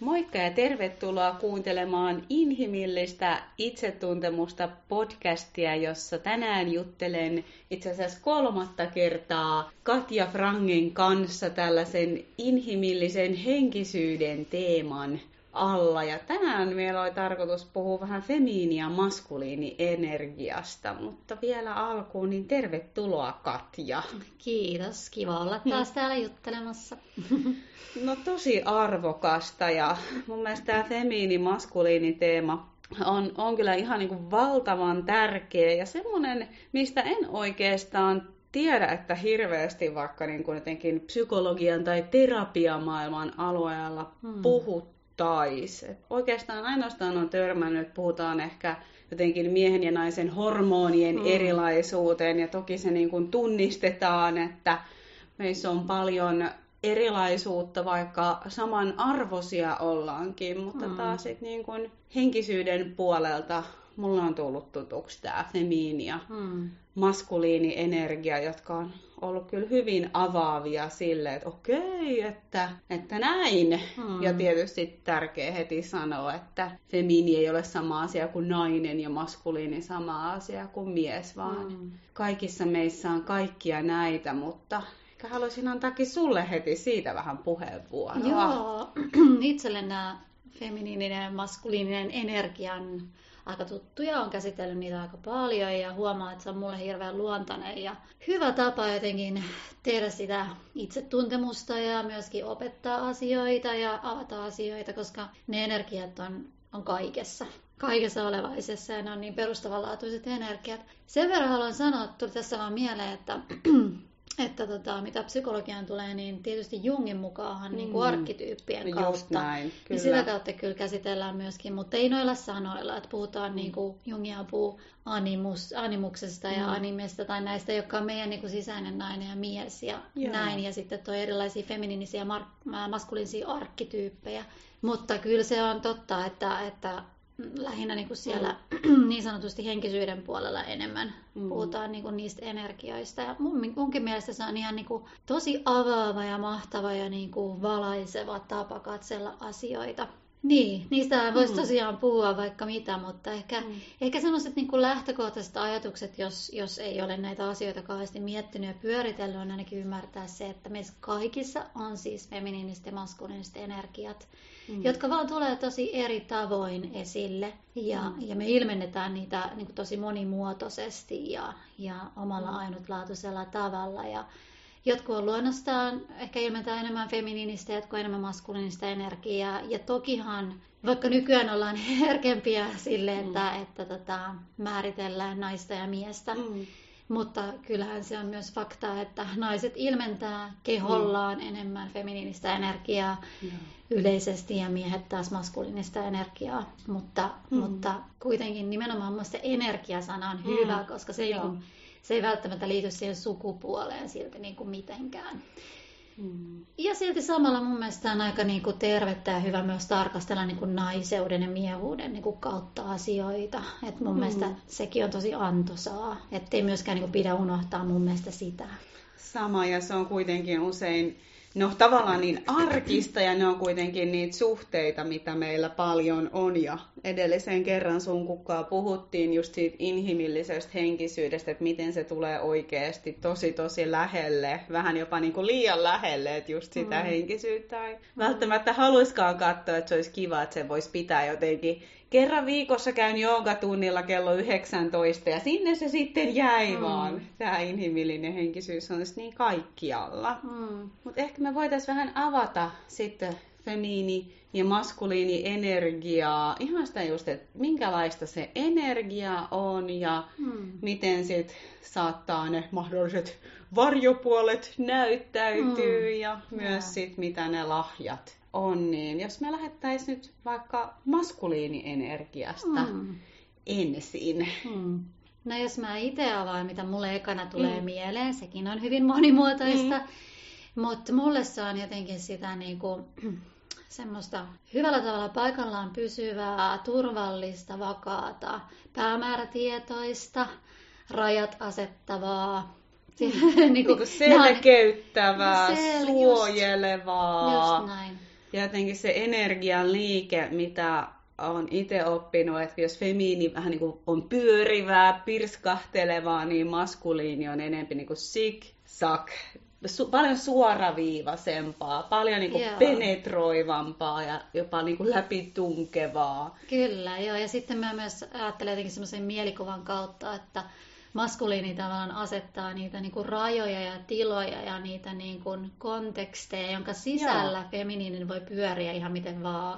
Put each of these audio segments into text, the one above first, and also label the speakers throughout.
Speaker 1: Moikka ja tervetuloa kuuntelemaan Inhimillistä itsetuntemusta podcastia, jossa tänään juttelen itse asiassa 3. kertaa Katja Frangen kanssa tällaisen inhimillisen henkisyyden teeman alla. Ja tänään meillä oli tarkoitus puhua vähän feminiini- ja maskuliinienergiasta, mutta vielä alkuun niin tervetuloa Katja.
Speaker 2: Kiitos, kiva olla taas täällä juttelemassa.
Speaker 1: No tosi arvokasta ja mun mielestä tämä feminiini-maskuliini teema on kyllä ihan niin kuin valtavan tärkeä ja semmoinen, mistä en oikeastaan tiedä, että hirveästi vaikka niin kuin jotenkin psykologian tai terapiamaailman alueella puhuttaisiin. Oikeastaan ainoastaan on törmännyt, että puhutaan ehkä jotenkin miehen ja naisen hormonien erilaisuuteen ja toki se niin kuin tunnistetaan, että meissä on paljon erilaisuutta, vaikka samanarvoisia ollaankin, mutta taas sit niin kuin henkisyyden puolelta mulla on tullut tutuksi tämä feminiini ja maskuliini energia, jotka on ollut kyllä hyvin avaavia sille, että okei, että näin. Ja tietysti tärkeä heti sanoa, että feminiini ei ole sama asia kuin nainen ja maskuliini sama asia kuin mies, vaan kaikissa meissä on kaikkia näitä, mutta haluaisin antaakin sulle heti siitä vähän puheenvuoroa.
Speaker 2: Joo, itselle nämä feminiininen ja maskuliininen energian aika tuttuja, on käsitellyt niitä aika paljon ja huomaa, että se on mulle hirveän luontainen ja hyvä tapa jotenkin tehdä sitä itsetuntemusta ja myöskin opettaa asioita ja avata asioita, koska ne energiat on kaikessa olevaisessa ja ne on niin perustavanlaatuiset energiat. Sen verran haluan sanoa, tuli tässä vaan mieleen, että mitä psykologiaan tulee, niin tietysti Jungin mukaanhan niin kuin arkkityyppien kautta.
Speaker 1: Näin,
Speaker 2: niin sitä kautta kyllä käsitellään myöskin, mutta ei noilla sanoilla, että puhutaan niin kuin Jungia puhuu animuksesta ja animesta tai näistä, jotka on meidän niin kuin sisäinen nainen ja mies ja näin. Ja sitten toi erilaisia feminiinisiä ja maskuliinisia arkkityyppejä. Mutta kyllä se on totta, että lähinnä niin kuin siellä niin sanotusti henkisyyden puolella enemmän puhutaan niin kuin niistä energioista. Ja munkin mielestä se on ihan niin kuin tosi avaava ja mahtava ja niin kuin valaiseva tapa katsella asioita. Niin, niistä voisi tosiaan puhua vaikka mitä, mutta ehkä sellaiset niin kuin lähtökohtaiset ajatukset, jos ei ole näitä asioita kauheasti miettinyt ja pyöritellyt, on ainakin ymmärtää se, että meissä kaikissa on siis feminiiniset ja maskuliiniset energiat, jotka vaan tulee tosi eri tavoin esille ja me ilmennetään niitä niin kuin tosi monimuotoisesti ja omalla ainutlaatuisella tavalla ja jotkut on luonnostaan ehkä ilmentää enemmän feminiinistä ja jotkut enemmän maskuliinista energiaa. Ja tokihan, vaikka nykyään ollaan herkempiä sille, että määritellään naista ja miestä, mutta kyllähän se on myös fakta, että naiset ilmentää kehollaan enemmän feminiinistä energiaa yleisesti ja miehet taas maskuliinista energiaa. Mutta kuitenkin nimenomaan mun se energiasana on hyvä, koska se ei välttämättä liity siihen sukupuoleen silti niin kuin mitenkään. Ja silti samalla mun mielestä on aika niin kuin tervettä ja hyvä myös tarkastella niin kuin naiseuden ja miehuuden niin kuin kautta asioita. Et mun mielestä sekin on tosi antoisaa, ettei myöskään niin kuin pidä unohtaa mun mielestä sitä.
Speaker 1: Sama, ja se on kuitenkin usein tavallaan niin arkista, ja ne on kuitenkin niitä suhteita, mitä meillä paljon on. Ja edellisen kerran sun kukaan puhuttiin just siitä inhimillisestä henkisyydestä, että miten se tulee oikeasti tosi lähelle, vähän jopa niin kuin liian lähelle, että just sitä henkisyyttä ei välttämättä haluiskaan katsoa, että se olisi kiva, että se voisi pitää jotenkin. Kerran viikossa käyn joogatunnilla kello 19 ja sinne se sitten jäi vaan. Tämä inhimillinen henkisyys on niin kaikkialla. Mutta ehkä me voitaisiin vähän avata sitten feminiini- ja maskuliini-energiaa. Ihan sitä just, että minkälaista se energia on ja miten sitten saattaa ne mahdolliset varjopuolet näyttäytyy ja myös sitten mitä ne lahjat on. Niin jos me lähettäisiin nyt vaikka maskuliinienergiasta ensin.
Speaker 2: No jos mä itse avaan, mitä mulle ekana tulee mieleen, sekin on hyvin monimuotoista. Mutta mulle se on jotenkin sitä niinku semmoista hyvällä tavalla paikallaan pysyvää, turvallista, vakaata, päämäärätietoista, rajat asettavaa,
Speaker 1: niin kuin selkeyttävää, suojelevaa.
Speaker 2: Just näin.
Speaker 1: Ja jotenkin se energian liike, mitä olen itse oppinut, että jos feminiini vähän niin kuin on pyörivää, pirskahtelevaa, niin maskuliini on enemmän niin kuin zig-zag, paljon suoraviivaisempaa, paljon niin kuin penetroivampaa ja jopa niin kuin läpitunkevaa.
Speaker 2: Kyllä, joo. Ja sitten mä myös ajattelen jotenkin semmoisen mielikuvan kautta, että maskuliini tavallaan asettaa niitä niin kuin rajoja ja tiloja ja niitä niin kuin konteksteja, jonka sisällä feminiinin voi pyöriä ihan miten vaan.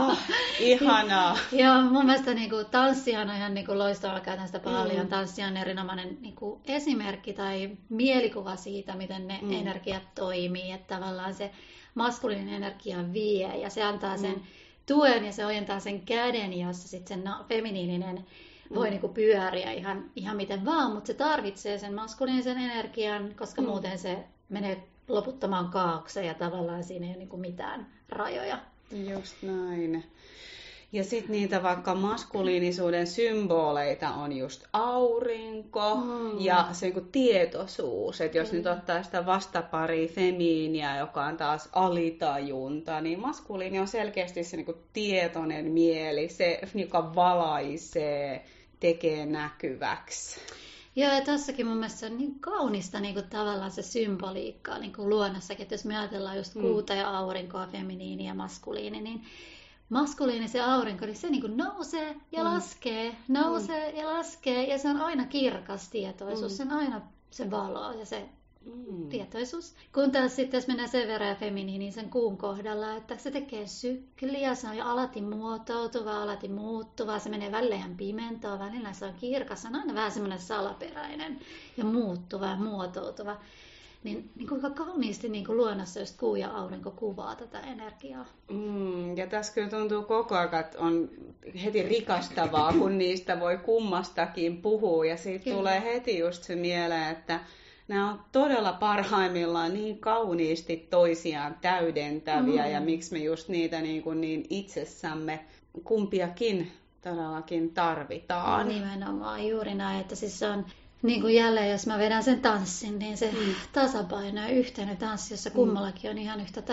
Speaker 1: Ihanaa.
Speaker 2: Joo, mun mielestä niin kuin, tanssihan on ihan niin kuin loistavaa, käytän sitä paljon. Tanssi on erinomainen niin kuin esimerkki tai mielikuva siitä, miten ne energiat toimii. Että tavallaan se maskuliininen energia vie ja se antaa sen tuen ja se ojentaa sen käden, jossa sitten se feminiininen voi niinku pyöriä ihan miten vaan, mutta se tarvitsee sen maskuliinisen energian, koska muuten se menee loputtomaan kaaokseen ja tavallaan siinä ei ole niinku mitään rajoja.
Speaker 1: Just näin. Ja sitten niitä vaikka maskuliinisuuden symboleita on just aurinko ja se niinku tietoisuus. Että jos nyt ottaa sitä vastaparia femiiniä, joka on taas alitajunta, niin maskuliini on selkeästi se niinku tietoinen mieli, se joka valaisee, tekee näkyväksi.
Speaker 2: Joo, ja tossakin mun mielestä se on niin kaunista niin kuin tavallaan se symboliikka niin kuin luonnossakin. Että jos me ajatellaan just kuuta ja aurinkoa, feminiini ja maskuliini, niin maskuliini se aurinko, niin se niin kuin nousee ja laskee, nousee ja laskee, ja se on aina kirkas tietoisuus, se on aina se valo ja se tietoisuus. Kun taas sitten, jos mennään sen verran feminiiniin sen kuun kohdalla, että se tekee sykliä, se on alati muotoutuva, alati muuttuva, se menee välillä pimentoon, välillä se on kirkas, se on aina vähän semmoinen salaperäinen ja muuttuva ja muotoutuva. Niin kuinka kauniisti niin kuin luonnossa just kuu ja aurinko kuvaa tätä energiaa.
Speaker 1: Ja tässä kyllä tuntuu koko ajan, että on heti rikastavaa, kun niistä voi kummastakin puhua. Ja siitä tulee heti just se mieleen, että nämä on todella parhaimmillaan niin kauniisti toisiaan täydentäviä. Ja miksi me just niitä niin itsessämme kumpiakin todellakin tarvitaan.
Speaker 2: Nimenomaan juuri näin, että siis se on niin kuin jälleen, jos mä vedän sen tanssin, niin se tasapaino ja yhteinen tanssi, jossa kummallakin on ihan yhtä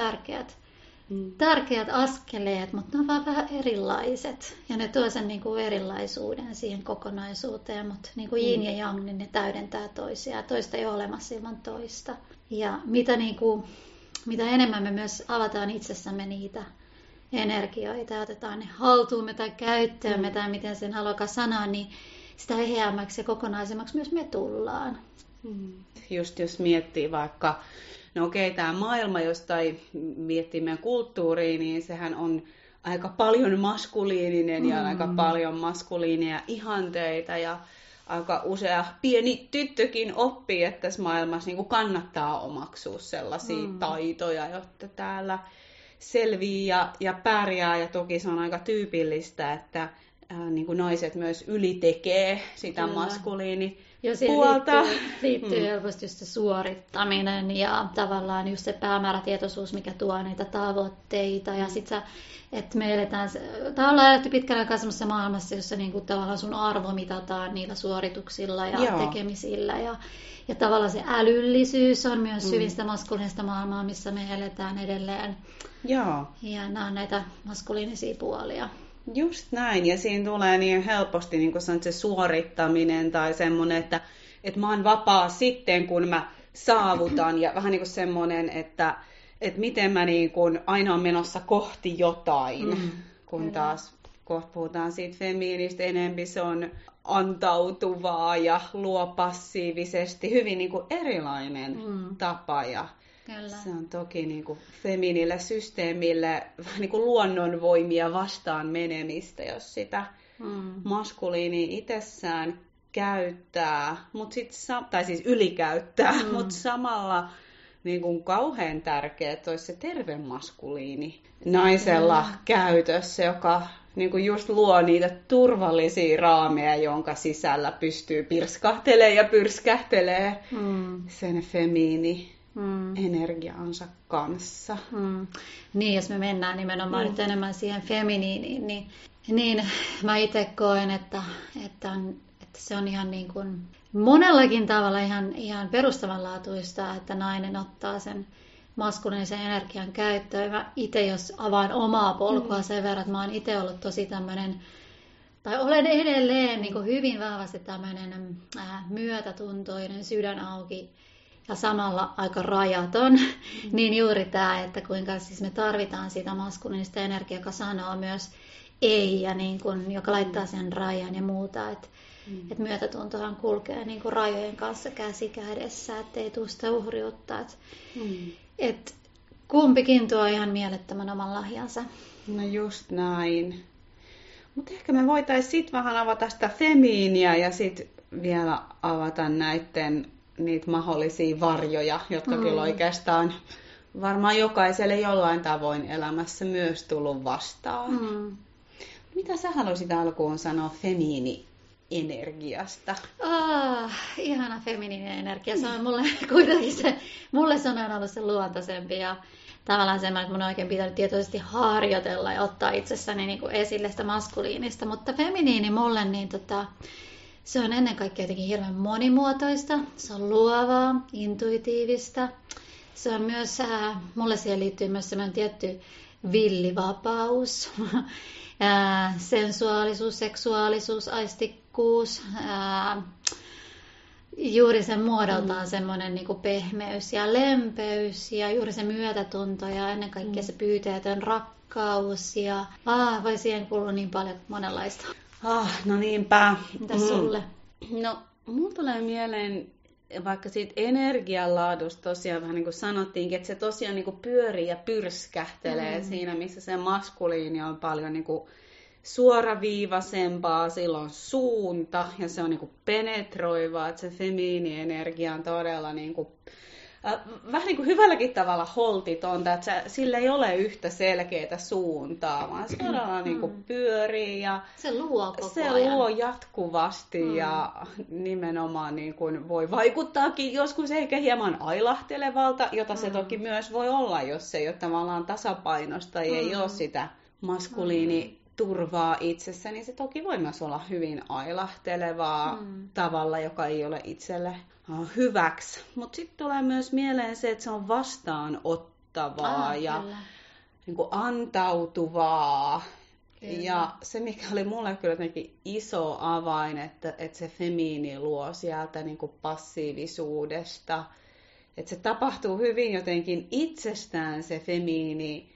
Speaker 2: tärkeät askeleet, mutta ne on vaan vähän erilaiset. Ja ne tuo sen niin kuin erilaisuuden siihen kokonaisuuteen, mutta niin kuin yin ja yang, niin ne täydentää toisiaan. Toista ei ole olemassa ilman toista. Ja mitä enemmän me myös avataan itsessämme niitä energioita ja otetaan ne haltuumme tai käyttöömme tai miten sen haluaa sanoa, niin sitä eheämmäksi ja kokonaisemmaksi myös me tullaan.
Speaker 1: Just jos miettii vaikka, no okei, tämä maailma, jostain miettii meidän kulttuuria, niin sehän on aika paljon maskuliininen ja aika paljon maskuliineja ihanteita ja aika usea pieni tyttökin oppii, että tässä maailmassa niin kuin kannattaa omaksua sellaisia taitoja, jotta täällä selviää ja pärjää. Ja toki se on aika tyypillistä, että niin kuin naiset myös ylitekee sitä maskuliinipuolta.
Speaker 2: Liittyy helposti just se suorittaminen ja tavallaan just se päämäärätietoisuus, mikä tuo niitä tavoitteita. Ja sitten että me eletään, ollaan eletty pitkän aikaa semmoisessa maailmassa, jossa niinku tavallaan sun arvo mitataan niillä suorituksilla ja tekemisillä. Ja tavallaan se älyllisyys on myös hyvin sitä maskuliinista maailmaa, missä me eletään edelleen.
Speaker 1: Joo.
Speaker 2: Ja nämä on näitä maskuliinisia puolia.
Speaker 1: Just näin, ja siinä tulee niin helposti niin se suorittaminen tai semmoinen, että mä oon vapaa sitten, kun mä saavutan, ja vähän niin kuin semmoinen, että miten mä niin kuin aina on menossa kohti jotain, kun taas kohta puhutaan siitä feminiinistä enemmän, se on antautuvaa ja luo passiivisesti hyvin niin kuin erilainen tapa, ja kyllä. Se on toki niin kuin feminiinille systeemille niin kuin luonnonvoimia vastaan menemistä, jos sitä maskuliinia itsessään käyttää, tai siis ylikäyttää, mutta samalla niin kuin kauhean tärkeää, että olisi se terve maskuliini naisella käytössä, joka niin kuin just luo niitä turvallisia raameja, jonka sisällä pystyy pirskahtelemaan ja pyrskähtelee sen feminiini energiaansa kanssa.
Speaker 2: Niin, jos me mennään nimenomaan nyt enemmän siihen feminiiniin, niin mä itse koen, että se on ihan niin kuin monellakin tavalla ihan perustavanlaatuista, että nainen ottaa sen maskuliinisen energian käyttöä. Mä itse, jos avaan omaa polkua sen verran, että mä oon itse ollut tosi tämmöinen, tai olen edelleen niin kuin hyvin vahvasti tämmöinen myötätuntoinen, sydän auki ja samalla aika rajaton, niin juuri tämä, että kuinka siis me tarvitaan sitä maskuliinista energiaa, joka sanoo myös ei ja niin kuin, joka laittaa sen rajan ja muuta, että myötätuntohan kulkee niin kuin rajojen kanssa käsi kädessä, ettei tule sitä uhriutta. Että kumpikin tuo ihan mielettömän oman lahjansa.
Speaker 1: No just näin. Mutta ehkä me voitaisiin sitten vähän avata sitä femiiniä ja sitten vielä avata niitä mahdollisia varjoja, jotka kyllä oikeastaan varmaan jokaiselle jollain tavoin elämässä myös tullut vastaan. Mitä sä haluaisit alkuun sanoa femiini-energiasta?
Speaker 2: Ihana feminiininen energia. Se on mulle kuitenkin mulle se on ollut se luontaisempi ja tavallaan semmoinen, että mun on oikein pitänyt tietoisesti harjoitella ja ottaa itsessäni niin kuin esille sitä maskuliinista. Mutta feminiini mulle, niin se on ennen kaikkea jotenkin hirveän monimuotoista. Se on luovaa, intuitiivista. Se on myös, mulle siihen liittyy myös semmoinen tietty villivapaus, sensuaalisuus, seksuaalisuus, aistikkuus, juuri sen muodoltaan semmoinen niin kuin pehmeys ja lempeys ja juuri se myötätunto ja ennen kaikkea se pyyteetön rakkaus ja voi siihen kuulua niin paljon monenlaista.
Speaker 1: No niinpä.
Speaker 2: Mitä sulle?
Speaker 1: No, mulla tulee mieleen vaikka siitä energianlaadusta tosiaan vähän niin kuin sanottiinkin, että se tosiaan niin kuin pyörii ja pyrskähtelee siinä, missä se maskuliini on paljon niin kuin suoraviivaisempaa, sillä on suunta ja se on niin kuin penetroivaa, että se feminiinienergia on todella niin kuin, vähän niin kuin hyvälläkin tavalla holtitonta, että sillä ei ole yhtä selkeää suuntaa, vaan se todella niin kuin pyörii ja
Speaker 2: se luo koko
Speaker 1: se
Speaker 2: ajan.
Speaker 1: luo jatkuvasti ja nimenomaan niin kuin voi vaikuttaakin joskus ehkä hieman ailahtelevalta, jota se toki myös voi olla, jos se ei ole tavallaan tasapainosta ja ei ole sitä maskuliiniturvaa itsessä, niin se toki voi myös olla hyvin ailahtelevaa tavalla, joka ei ole itselle hyväksi. Mutta sitten tulee myös mieleen se, että se on vastaanottavaa ja niin kuin antautuvaa. Kyllä. Ja se, mikä oli mulle kyllä jotenkin iso avain, että se femiini luo sieltä niin kuin passiivisuudesta. Että se tapahtuu hyvin jotenkin itsestään se femiini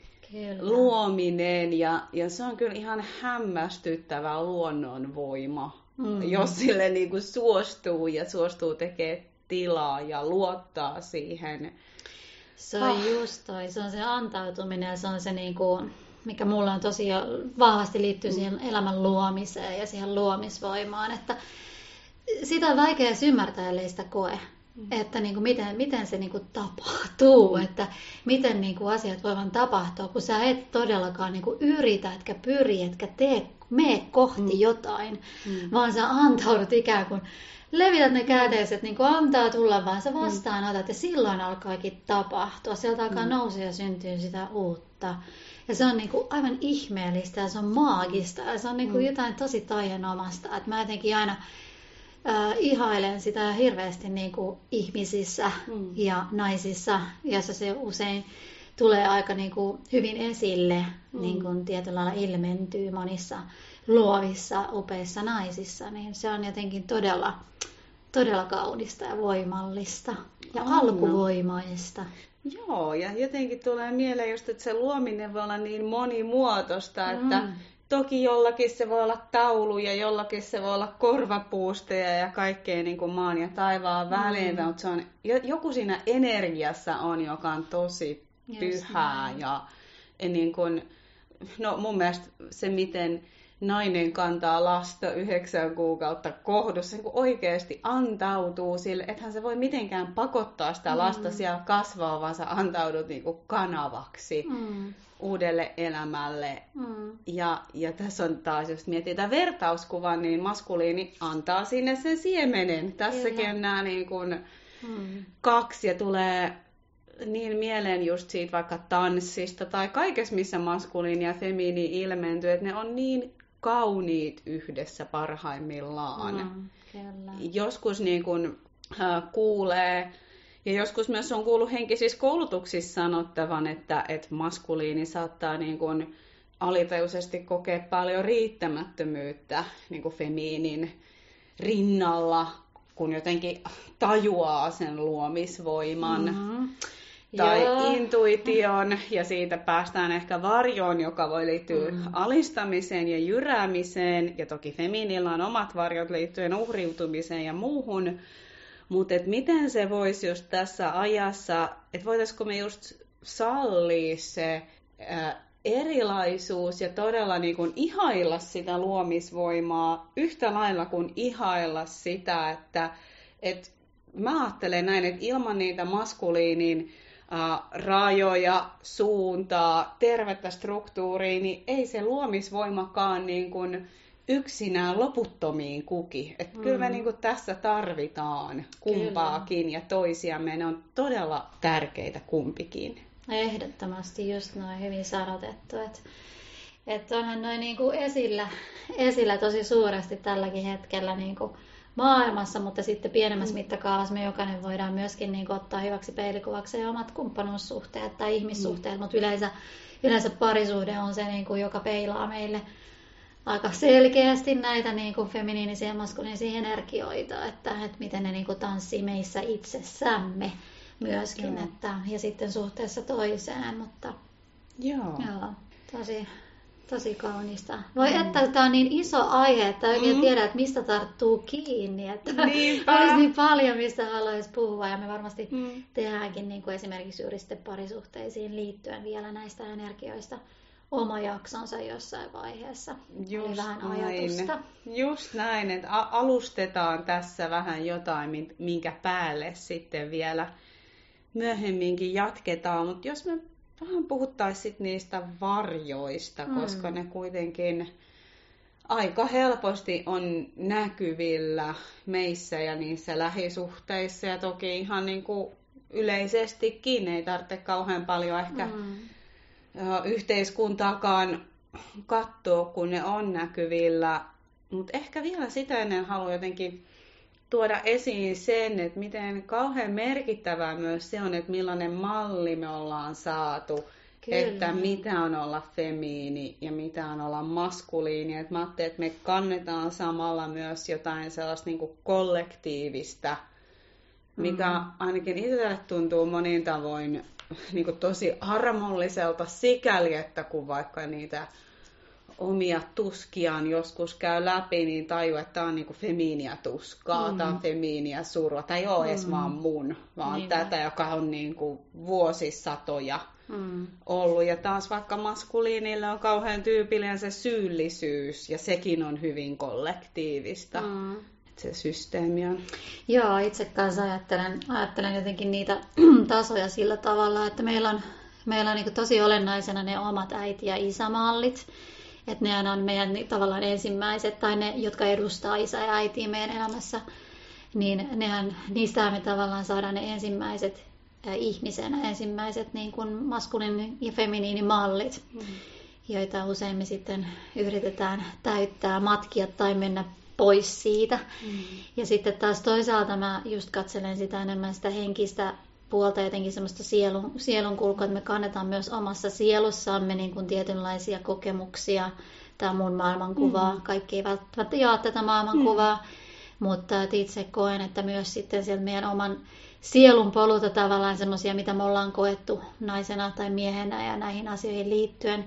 Speaker 1: luominen. Ja se on kyllä ihan hämmästyttävä luonnonvoima. Jos sille niin kuin suostuu tekemään tilaa ja luottaa siihen.
Speaker 2: Se on just toi, se on se antautuminen ja se on se niin kuin, mikä mulla on tosi vahvasti liittyy siihen elämän luomiseen ja siihen luomisvoimaan, että sitä on vaikea ymmärtää, ellei sitä koe. Että niin kuin miten se niin kuin tapahtuu, että miten niin kuin asiat voivat tapahtua, kun sä et todellakaan niin kuin yritä, etkä pyri, etkä mene kohti jotain, vaan sä antaudut ikään kuin, levität ne käteiset, niin kuin antaa tulla, vaan sä vastaanotat ja silloin alkaakin tapahtua. Sieltä alkaa nousua ja syntyy sitä uutta. Ja se on niin kuin aivan ihmeellistä ja se on maagista ja se on niin kuin jotain tosi taianomasta, että mä jotenkin aina ihailen sitä hirveästi niin kuin ihmisissä ja naisissa, jossa se usein tulee aika niin kuin hyvin esille, niin kuin tietyllä lailla ilmentyy monissa luovissa, upeissa naisissa, niin se on jotenkin todella, todella kaunista ja voimallista ja alkuvoimaista.
Speaker 1: Joo, ja jotenkin tulee mieleen just, että se luominen voi olla niin monimuotoista, että toki jollakin se voi olla taulu ja jollakin se voi olla korvapuusteja ja kaikkea niin kuin maan ja taivaan väliin, mutta se on, joku siinä energiassa on, joka on tosi pyhää ja niin kuin, no mun mielestä se, miten nainen kantaa lasta 9 kuukautta kohdussa, niin kuin oikeasti antautuu sille, ethän se voi mitenkään pakottaa sitä lasta siellä kasvaa, vaan sä antaudut niin kuin kanavaksi uudelle elämälle. Ja tässä on taas, jos mietitään vertauskuva, niin maskuliini antaa sinne sen siemenen. Tässäkin on nämä niin kuin 2 ja tulee niin mieleen just siitä vaikka tanssista tai kaikessa, missä maskuliini ja feminiini ilmentyy, että ne on niin kauniit yhdessä parhaimmillaan.
Speaker 2: Kyllä.
Speaker 1: Joskus niin kun, kuulee Ja joskus myös on kuullut henkisissä koulutuksissa sanottavan, että maskuliini saattaa niin kuin alitajuisesti kokea paljon riittämättömyyttä niin kuin femiinin rinnalla, kun jotenkin tajuaa sen luomisvoiman. Mm-hmm. Tai intuition, ja siitä päästään ehkä varjoon, joka voi liittyä alistamiseen ja jyräämiseen, ja toki femiinillä on omat varjot liittyen uhriutumiseen ja muuhun, mutta miten se voisi just tässä ajassa, että voitaisiko me just sallia se erilaisuus ja todella niin kuin ihailla sitä luomisvoimaa yhtä lailla kuin ihailla sitä, että mä ajattelen näin, että ilman niitä maskuliinin rajoja, suuntaa, tervettä struktuuria, niin ei se luomisvoimakaan niin kuin yksinään loputtomiin kuki. Että kyllä me niin kuin tässä tarvitaan kumpaakin ja toisiamme. Ne on todella tärkeitä kumpikin.
Speaker 2: Ehdottomasti just noin hyvin sanotettu. Että onhan noin niin kuin esillä tosi suuresti tälläkin hetkellä niin kuin maailmassa, mutta sitten pienemmässä mittakaavassa me jokainen voidaan myöskin niin kuin ottaa hyväksi peilikuvaksi ja omat kumppanuussuhteet tai ihmissuhteet, mutta yleensä parisuhde on se, niin kuin, joka peilaa meille aika selkeästi näitä niin kuin feminiinisiä ja maskuliinisia energioita, että miten ne niin kuin tanssii meissä itsessämme myöskin, ja sitten suhteessa toiseen, mutta joo tosi kaunista. Voi että tämä on niin iso aihe, että oikein tiedä, että mistä tarttuu kiinni. Että olisi niin paljon, mistä haluaisi puhua. Ja me varmasti tehdäänkin niin kuin esimerkiksi juuri sitten parisuhteisiin liittyen vielä näistä energioista oma jaksonsa jossain vaiheessa. Oli vähän ajatusta.
Speaker 1: Just näin, että alustetaan tässä vähän jotain, minkä päälle sitten vielä myöhemminkin jatketaan. Mutta jos me vähän puhuttaisiin niistä varjoista, koska ne kuitenkin aika helposti on näkyvillä meissä ja niissä lähisuhteissa. Ja toki ihan niin kuin yleisestikin ei tarvitse kauhean paljon ehkä yhteiskuntaakaan katsoa, kun ne on näkyvillä. Mutta ehkä vielä sitä ennen haluan jotenkin tuoda esiin sen, että miten kauhean merkittävää myös se on, että millainen malli me ollaan saatu, että mitä on olla femiini ja mitä on olla maskuliini. Että mä ajattelin, että me kannetaan samalla myös jotain sellaista niin kuin kollektiivista, mikä ainakin itselle tuntuu monin tavoin niin kuin tosi armolliselta sikäli, että kun vaikka niitä omia tuskiaan joskus käy läpi, niin tajuu, että tämä on niinku femiiniä tuskaa, tämä on femiiniä surua. Tämä ei ole edes vaan mun, vaan tätä, joka on niinku vuosisatoja ollut. Ja taas vaikka maskuliinille on kauhean tyypillinen se syyllisyys, ja sekin on hyvin kollektiivista. Se systeemi on.
Speaker 2: Joo, itse kanssa ajattelen jotenkin niitä tasoja sillä tavalla, että meillä on niinku tosi olennaisena ne omat äiti- ja isämallit. Että ne on meidän tavallaan ensimmäiset, tai ne, jotka edustaa isä ja äitiä meidän elämässä, niin niistähän me tavallaan saadaan ne ensimmäiset ihmisenä, ensimmäiset niin kuin maskuliini- ja feminiinimallit, joita usein me sitten yritetään täyttää, matkia tai mennä pois siitä. Ja sitten taas toisaalta mä just katselen sitä enemmän sitä henkistä puolta, jotenkin semmoista sielun kulkua, että me kannetaan myös omassa sielussamme niin kuin tietynlaisia kokemuksia. Tämä on mun maailmankuvaa. Kaikki ei välttämättä jaa tätä maailmankuvaa, mutta itse koen, että myös sitten sieltä meidän oman sielun polulta tavallaan semmoisia, mitä me ollaan koettu naisena tai miehenä ja näihin asioihin liittyen.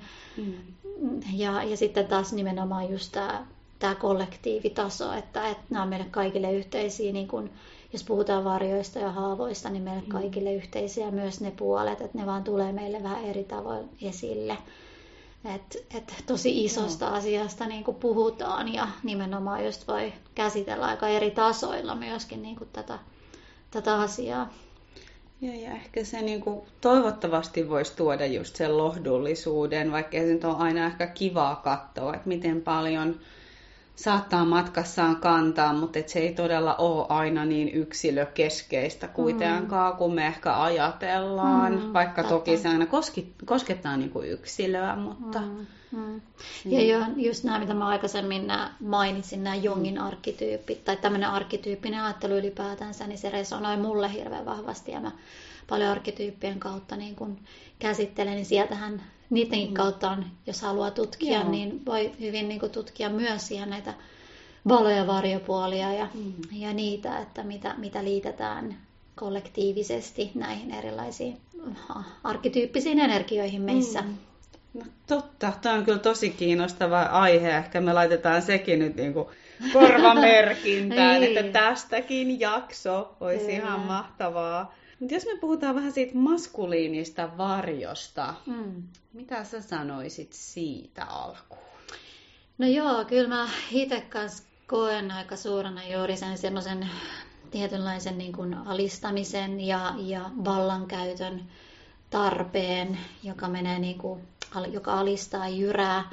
Speaker 2: Ja sitten taas nimenomaan just tämä kollektiivitaso, että nämä on meille kaikille yhteisiä, niin kun, jos puhutaan varjoista ja haavoista, niin meille kaikille yhteisiä myös ne puolet, että ne vaan tulee meille vähän eri tavoin esille. Että tosi isosta asiasta niin kun puhutaan ja nimenomaan just voi käsitellä aika eri tasoilla myöskin niin kun tätä asiaa.
Speaker 1: Ja ehkä se niin kuin, toivottavasti voisi tuoda just sen lohdullisuuden, vaikka se nyt on aina ehkä kivaa katsoa, että miten paljon saattaa matkassaan kantaa, mutta se ei todella ole aina niin yksilökeskeistä kuitenkaan, kun me ehkä ajatellaan, vaikka toki se aina koskettaa niin kuin yksilöä, mutta...
Speaker 2: Ja just nämä, mitä mä aikaisemmin mainitsin, nämä Jungin arkkityypit, tai tämmöinen arkkityyppinen ajattelu ylipäätänsä, niin se resonoi mulle hirveän vahvasti, ja mä paljon arkkityyppien kautta niin kun käsittelen, niin sieltähän niidenkin kautta on, jos haluaa tutkia, niin voi hyvin niin kun tutkia myös siihen näitä valo- ja varjopuolia ja niitä, että mitä liitetään kollektiivisesti näihin erilaisiin arkkityyppisiin energioihin meissä.
Speaker 1: No totta, tämä on kyllä tosi kiinnostava aihe. Ehkä me laitetaan sekin nyt niin kuin korvamerkintään, että tästäkin jakso olisi ihan mahtavaa. Mutta jos me puhutaan vähän siitä maskuliinista varjosta, mitä sä sanoisit siitä alkuun?
Speaker 2: No joo, kyllä mä itse kanssa koen aika suurena juuri sen semmoisen tietynlaisen niin kuin alistamisen ja vallankäytön tarpeen, joka menee niin kuin, joka alistaa jyrää.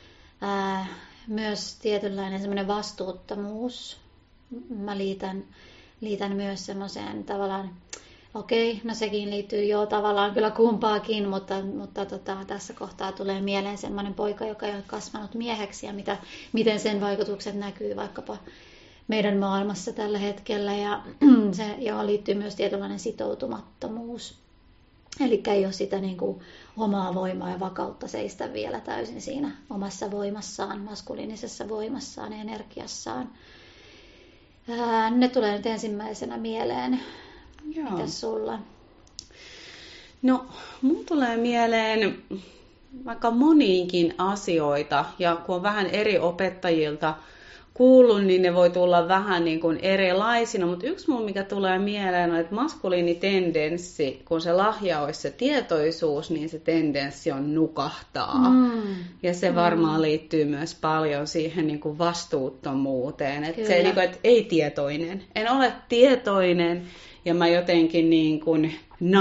Speaker 2: Myös tietynlainen semmoinen vastuuttomuus. Mä liitän myös semmoiseen tavallaan, no sekin liittyy jo tavallaan kyllä kumpaakin, mutta tässä kohtaa tulee mieleen semmoinen poika, joka ei ole kasvanut mieheksi ja miten sen vaikutukset näkyy vaikkapa meidän maailmassa tällä hetkellä. Ja se liittyy myös tietynlainen sitoutumattomuus. Eli ei ole sitä niin kuin omaa voimaa ja vakautta seistä vielä täysin siinä omassa voimassaan, maskuliinisessa voimassaan ja energiassaan. Ne tulee nyt ensimmäisenä mieleen. Mitäs sulla?
Speaker 1: No, mun tulee mieleen vaikka moniinkin asioita, ja kun on vähän eri opettajilta kuullut, niin ne voi tulla vähän niin kuin erilaisina, mutta yksi mun, mikä tulee mieleen, on, että maskuliinitendenssi, kun se lahja olisi se tietoisuus, niin se tendenssi on nukahtaa. Ja se varmaan liittyy myös paljon siihen niin kuin vastuuttomuuteen, että se niin kuin, että ei tietoinen. En ole tietoinen, ja mä jotenkin niin kuin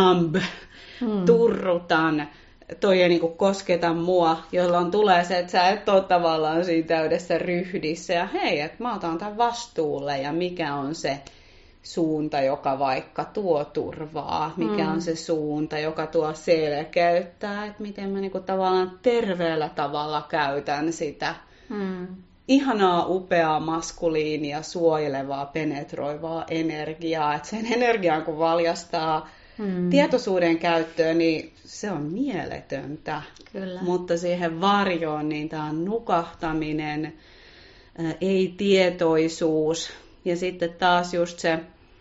Speaker 1: turrutan. Toi ei niin kuin kosketa mua, jolloin tulee se, että sä et ole tavallaan siinä täydessä ryhdissä. Ja hei, että mä otan tämän vastuulle ja mikä on se suunta, joka vaikka tuo turvaa. Mikä on se suunta, joka tuo selkeyttää. Että miten mä niin kuin tavallaan terveellä tavalla käytän sitä ihanaa, upeaa, maskuliinia, suojelevaa, penetroivaa energiaa. Että sen energiaan kun valjastaa tietoisuuden käyttöön, niin se on mieletöntä.
Speaker 2: Kyllä.
Speaker 1: Mutta siihen varjoon niin tämä on nukahtaminen, ei-tietoisuus. Ja sitten taas just se,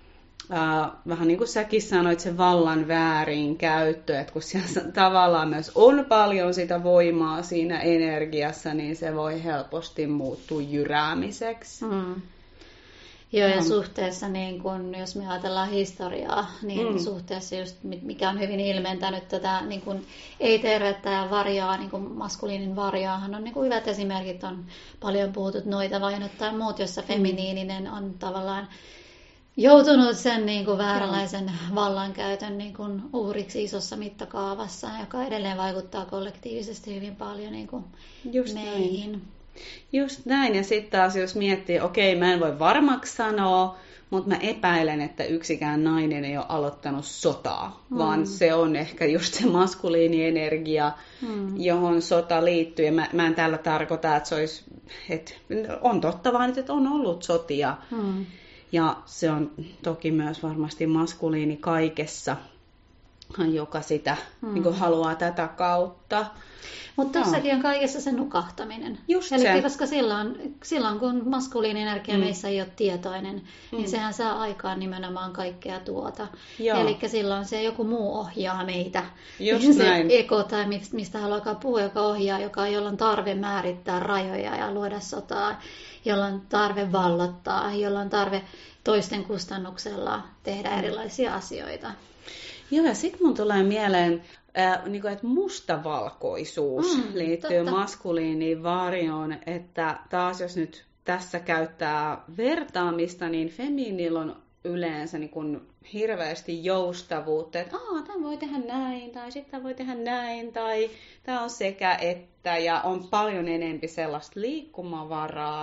Speaker 1: vähän niin kuin säkin sanoit, se vallan väärinkäyttö, että kun siellä tavallaan myös on paljon sitä voimaa siinä energiassa, niin se voi helposti muuttua jyräämiseksi.
Speaker 2: Joo, ja suhteessa, niin kun, jos me ajatellaan historiaa, niin suhteessa just, mikä on hyvin ilmentänyt tätä niin kun ei-tervettä ja varjaa, niin kun maskuliinin varjaahan on niin kun hyvät esimerkit, on paljon puhutut noita vainot tai muut, jossa feminiininen on tavallaan joutunut sen niin kuin vääränlaisen vallankäytön niin kuin uhriksi isossa mittakaavassa, joka edelleen vaikuttaa kollektiivisesti hyvin paljon niin kuin meihin. Näin.
Speaker 1: Just näin, ja sitten taas jos miettii, okei, mä en voi varmaksi sanoa, mutta mä epäilen, että yksikään nainen ei ole aloittanut sotaa, vaan se on ehkä just se maskuliinienergia, johon sota liittyy. Ja mä en tällä tarkoita, että se olisi, että on totta vaan, että on ollut sotia. Ja se on toki myös varmasti maskuliini kaikessa, joka sitä niin kuin haluaa tätä kautta.
Speaker 2: Mutta tossakin on kaikessa se nukahtaminen.
Speaker 1: Just
Speaker 2: eli
Speaker 1: se.
Speaker 2: Koska silloin kun maskuliini energia meissä ei ole tietoinen, niin sehän saa aikaan nimenomaan kaikkea tuota. Eli silloin se joku muu ohjaa meitä.
Speaker 1: Just
Speaker 2: se
Speaker 1: näin.
Speaker 2: ego tai mistä haluaa puhua, joka ohjaa, jolla on tarve määrittää rajoja ja luoda sotaa, jolla on tarve vallottaa, jolla on tarve toisten kustannuksella tehdä erilaisia asioita.
Speaker 1: Joo, ja sitten mun tulee mieleen, että mustavalkoisuus liittyy maskuliiniin varjoon, että taas jos nyt tässä käyttää vertaamista, niin feminiinillä on yleensä niin kuin hirveästi joustavuutta, että tämä voi tehdä näin, tai sitten voi tehdä näin, tai tämä on sekä että, ja on paljon enempi sellaista liikkumavaraa,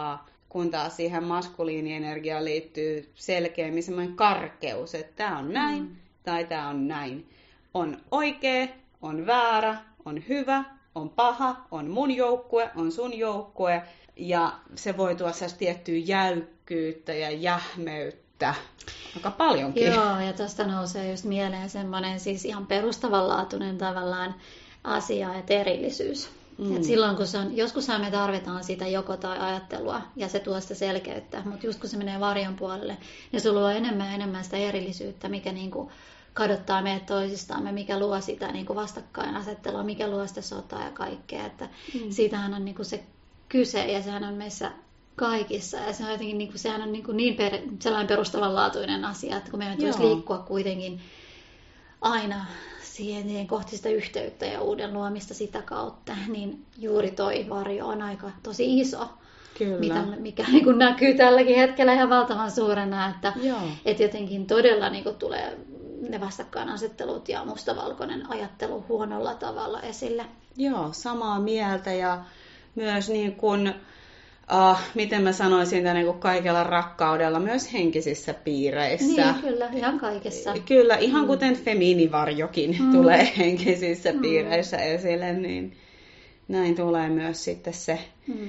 Speaker 1: kun taas siihen maskuliinienergiaan liittyy selkeämmin semmoinen karkeus, että tämä on näin tai tämä on näin. On oikea, on väärä, on hyvä, on paha, on mun joukkue, on sun joukkue. Ja se voi tuoda tiettyä jäykkyyttä ja jähmeyttä aika paljonkin.
Speaker 2: Joo, ja tuosta nousee just mieleen siis ihan perustavanlaatuinen tavallaan asia, että erillisyys. Et silloin kun joskushan me tarvitaan sitä joko tai ajattelua ja se tuo sitä selkeyttä, mutta just kun se menee varjon puolelle, niin se luo enemmän ja enemmän sitä erillisyyttä, mikä niinku kadottaa meidät toisistamme, mikä luo sitä niinku vastakkainasettelua, mikä luo sitä sotaa ja kaikkea. Että siitähän on niinku se kyse ja sehän on meissä kaikissa ja se on jotenkin niinku, sehän on niinku sellainen perustavanlaatuinen asia, että kun meidän tulisi liikkua kuitenkin aina siihen kohti sitä yhteyttä ja uuden luomista sitä kautta, niin juuri toi varjo on aika tosi iso.
Speaker 1: Kyllä.
Speaker 2: Mikä niin kuin näkyy tälläkin hetkellä ihan valtavan suurena, että jotenkin todella niin kuin tulee ne vastakkainasettelut ja mustavalkoinen ajattelu huonolla tavalla esille.
Speaker 1: Joo, samaa mieltä ja myös niin kuin, miten mä sanoisin, niin kuin kaikella rakkaudella myös henkisissä piireissä.
Speaker 2: Niin, kyllä, ihan kaikessa.
Speaker 1: Kyllä, ihan kuten femiinivarjokin tulee henkisissä piireissä esille, niin näin tulee myös sitten se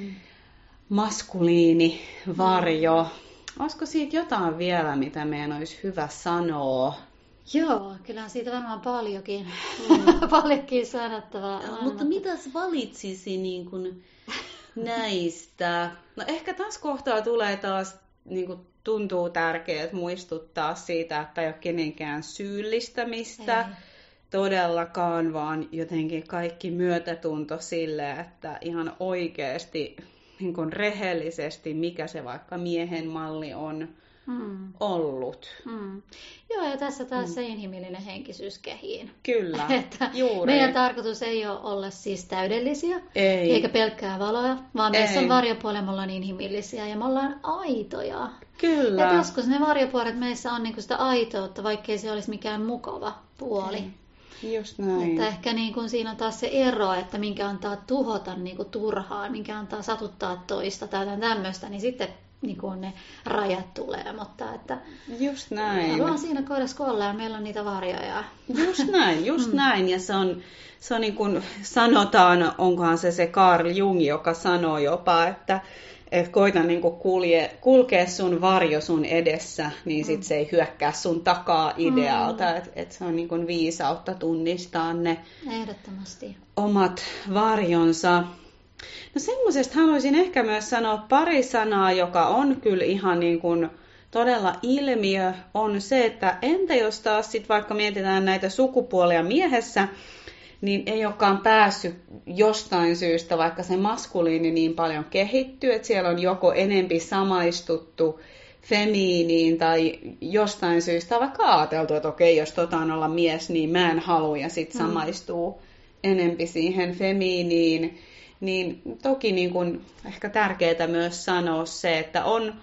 Speaker 1: maskuliini varjo. Olisiko siitä jotain vielä, mitä meidän olisi hyvä sanoa?
Speaker 2: Joo, kyllähän siitä varmaan paljonkin sanottavaa.
Speaker 1: Mutta mitäs valitsisi niin kuin näistä? No ehkä tässä kohtaa tulee taas, niin kuin tuntuu tärkeää muistuttaa siitä, että ei ole kenenkään syyllistämistä. Ei. Todellakaan, vaan jotenkin kaikki myötätunto sille, että ihan oikeasti niin kuin rehellisesti, mikä se vaikka miehen malli on ollut.
Speaker 2: Joo, ja tässä taas se inhimillinen henkisyys kehiin.
Speaker 1: Kyllä,
Speaker 2: että
Speaker 1: juuri.
Speaker 2: Meidän tarkoitus ei ole olla siis täydellisiä, eikä pelkkää valoja, vaan meissä on varjopuolia, me ollaan inhimillisiä ja me ollaan aitoja.
Speaker 1: Kyllä.
Speaker 2: Ja joskus ne varjopuolet meissä on niinku sitä aitoutta, vaikkei se olisi mikään mukava puoli.
Speaker 1: Just näin.
Speaker 2: Että ehkä niin kuin siinä on taas se ero, että minkä antaa tuhota niin kuin turhaan, minkä antaa satuttaa toista tai jotain tämmöistä, niin sitten niin kuin ne rajat tulee. Mutta että
Speaker 1: just näin.
Speaker 2: Haluan siinä kohdassa olla ja meillä on niitä varjoja.
Speaker 1: Just näin. Ja se on niin kuin sanotaan, onkohan se Carl Jung, joka sanoo jopa, että koita niin kuin kulkea sun varjo sun edessä, niin sit se ei hyökkää sun takaa idealta. Et se on niin kuin viisautta tunnistaa ne
Speaker 2: ehdottomasti
Speaker 1: omat varjonsa. No semmoisesta haluaisin ehkä myös sanoa pari sanaa, joka on kyllä ihan niin kuin todella ilmiö, on se, että entä jos taas sit vaikka mietitään näitä sukupuolia miehessä, niin ei olekaan päässyt jostain syystä, vaikka se maskuliini niin paljon kehittyy, että siellä on joko enempi samaistuttu femiiniin tai jostain syystä on vaikka ajateltu, että okei, jos on olla mies, niin mä en halua ja sitten samaistuu enempi siihen femiiniin. Niin toki niin kun ehkä tärkeää myös sanoa se, että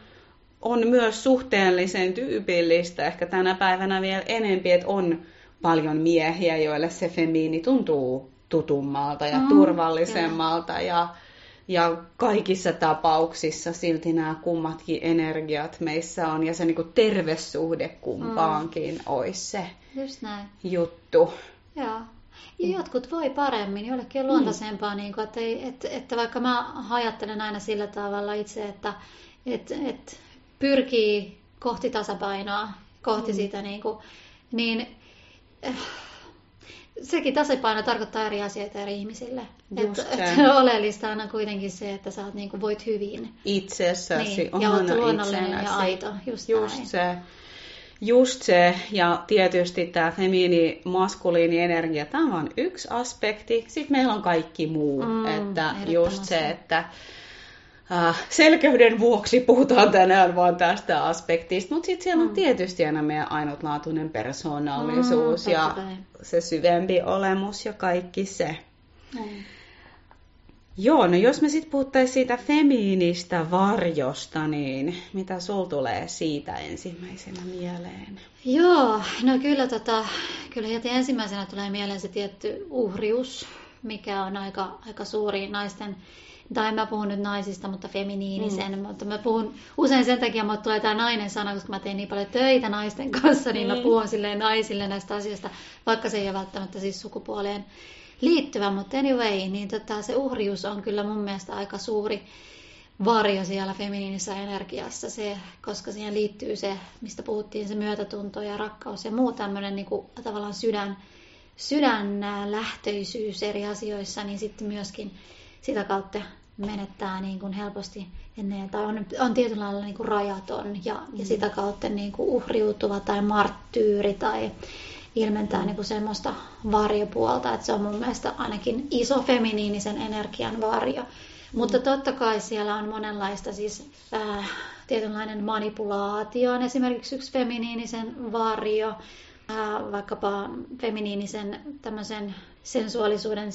Speaker 1: on myös suhteellisen tyypillistä ehkä tänä päivänä vielä enempi, että on paljon miehiä, joille se femiini tuntuu tutummalta ja turvallisemmalta ja kaikissa tapauksissa silti nämä kummatkin energiat meissä on ja se niin kuin terve suhde kumpaankin olisi se
Speaker 2: just näin
Speaker 1: juttu.
Speaker 2: Joo. Ja jotkut voi paremmin, jollekin on luontaisempaa, niin kuin, että vaikka mä ajattelen aina sillä tavalla itse, että pyrkii kohti tasapainoa, kohti sitä, niin sekin tasapaino tarkoittaa eri asioita eri ihmisille. Että oleellista on kuitenkin se, että sä voit hyvin.
Speaker 1: Itsessäsi,
Speaker 2: niin, ja olet luonnollinen ja aito.
Speaker 1: Just se, ja tietysti tämä feminiini-maskuliini energia, tämä on vain yksi aspekti. Sitten meillä on kaikki muu. Että just se, että selkeyden vuoksi puhutaan tänään vaan tästä aspektista, mutta sitten siellä on tietysti aina meidän ainutlaatuinen persoonallisuus ja se syvempi olemus ja kaikki se. Joo, no jos me sitten puhuttaisiin siitä femiinistä varjosta, niin mitä sul tulee siitä ensimmäisenä mieleen?
Speaker 2: Joo, no kyllä heti ensimmäisenä tulee mieleen se tietty uhrius, mikä on aika suuri naisten tai mä puhun nyt naisista, mutta feminiinisen, mutta mä puhun usein sen takia, että tulee tämä nainen sana, koska mä teen niin paljon töitä naisten kanssa, niin mä puhun silleen naisille näistä asioista, vaikka se ei ole välttämättä siis sukupuoleen liittyvä, mutta anyway, niin se uhrius on kyllä mun mielestä aika suuri varjo siellä feminiinisessä energiassa, koska siihen liittyy se, mistä puhuttiin, se myötätunto ja rakkaus ja muu tämmöinen niin kuin, tavallaan sydänlähtöisyys eri asioissa, niin sitten myöskin sitä kautta menettää niin kuin helposti tai on tietyllä lailla niin kuin rajaton ja sitä kautta niin kuin uhriutuva tai marttyyri tai ilmentää niin kuin semmoista varjopuolta, että se on mun mielestä ainakin iso feminiinisen energian varjo. Mutta totta kai siellä on monenlaista siis tietynlainen manipulaatio on esimerkiksi yksi feminiinisen varjo, vaikkapa feminiinisen tämmöisen sensuaalisuuden,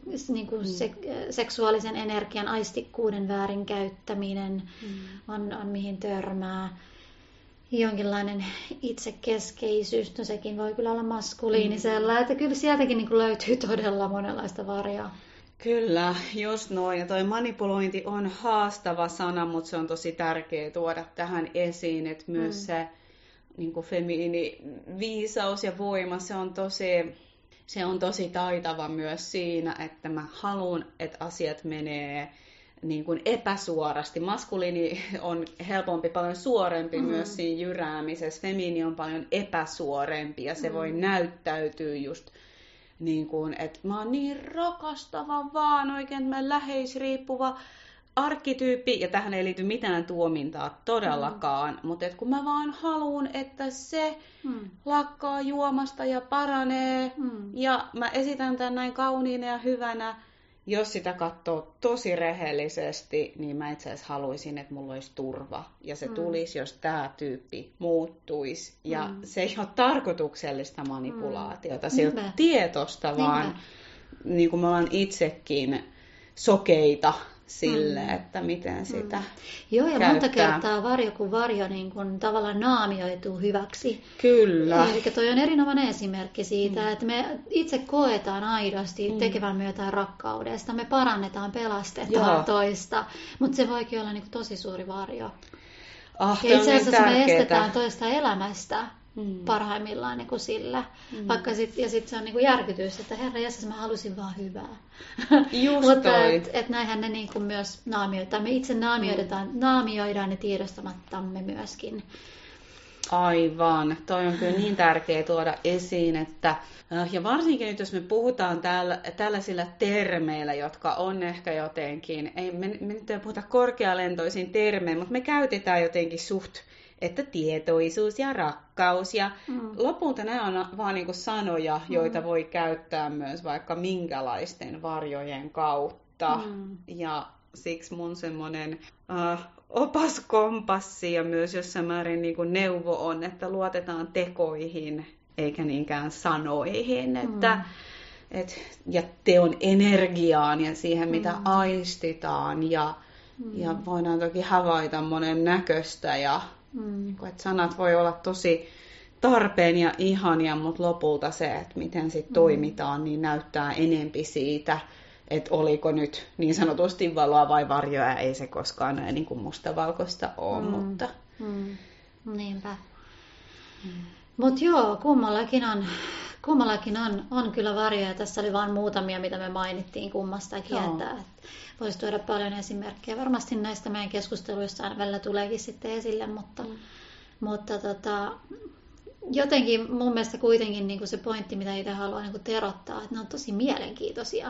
Speaker 2: seksuaalisen energian, aistikkuuden väärinkäyttäminen on mihin törmää. Jonkinlainen itsekeskeisyys, no sekin voi kyllä olla maskuliinisella, että kyllä sieltäkin niin kuin löytyy todella monenlaista varjoa.
Speaker 1: Kyllä, just noin. Ja toi manipulointi on haastava sana, mutta se on tosi tärkeä tuoda tähän esiin, että myös se niin kuin feminiini viisaus ja voima, se on tosi taitava myös siinä, että mä haluan, että asiat menee niin kuin epäsuorasti. Maskuliini on helpompi, paljon suorempi myös siinä jyräämisessä. Feminiini on paljon epäsuorempi ja se voi näyttäytyä just niin kuin, että mä oon niin rakastava vaan oikein, mä läheisriippuva arkkityyppi, ja tähän ei liity mitään tuomintaa todellakaan, mutta kun mä vaan haluan, että se lakkaa juomasta ja paranee, ja mä esitän tämän näin kauniina ja hyvänä, jos sitä katsoo tosi rehellisesti, niin mä itse asiassa haluaisin, että mulla olisi turva. Ja se tulisi, jos tämä tyyppi muuttuisi. Ja se ei ole tarkoituksellista manipulaatiota, se ei ole tietosta, vaan niin kuin me ollaan itsekin sokeita sille, että miten sitä
Speaker 2: Joo, ja
Speaker 1: käyttää.
Speaker 2: monta kertaa varjo kuin varjo niin kun tavallaan naamioituu hyväksi.
Speaker 1: Kyllä.
Speaker 2: Eli toi on erinomainen esimerkki siitä, että me itse koetaan aidosti tekevämme jotain rakkaudesta. Me parannetaan, pelastetaan toista, mutta se voikin olla niin kuin tosi suuri varjo. Ja itse asiassa me estetään toista elämästä parhaimmillaan niin kuin sillä. Vaikka sitten se on niin kuin järkytys, että herra jäsäs, mä halusin vaan hyvää. Mutta näinhän ne niin kuin myös naamioidaan. Me itse naamioidaan ne tiedostamattamme myöskin.
Speaker 1: Aivan. Toi on kyllä niin tärkeää tuoda esiin, että ja varsinkin nyt, jos me puhutaan tällaisilla termeillä, jotka on ehkä jotenkin, me nyt ei puhuta korkealentoisin termein, mutta me käytetään jotenkin että tietoisuus ja rakkaus. Ja lopulta nämä on vaan niin kuin sanoja, joita voi käyttää myös vaikka minkälaisten varjojen kautta. Ja siksi mun semmoinen opaskompassi ja myös jossain määrin niin kuin neuvo on, että luotetaan tekoihin eikä niinkään sanoihin. Ja teon energiaan ja siihen, mitä aistitaan. Ja voidaan toki havaita monen näköistä ja että sanat voi olla tosi tarpeen ja ihania, mutta lopulta se, että miten sitten toimitaan, niin näyttää enempi siitä, että oliko nyt niin sanotusti valoa vai varjoa, ei se koskaan näin niin kuin mustavalkoista ole. Mutta...
Speaker 2: Niinpä. Mutta joo, kummallakin on kyllä varjoja. Tässä oli vain muutamia, mitä me mainittiin kummastakin, että voisi tuoda paljon esimerkkejä. Varmasti näistä meidän keskusteluista aina välillä tuleekin sitten esille, mutta jotenkin mun mielestä kuitenkin niin kuin se pointti, mitä itse haluan niin kuin terottaa, että ne on tosi mielenkiintoisia.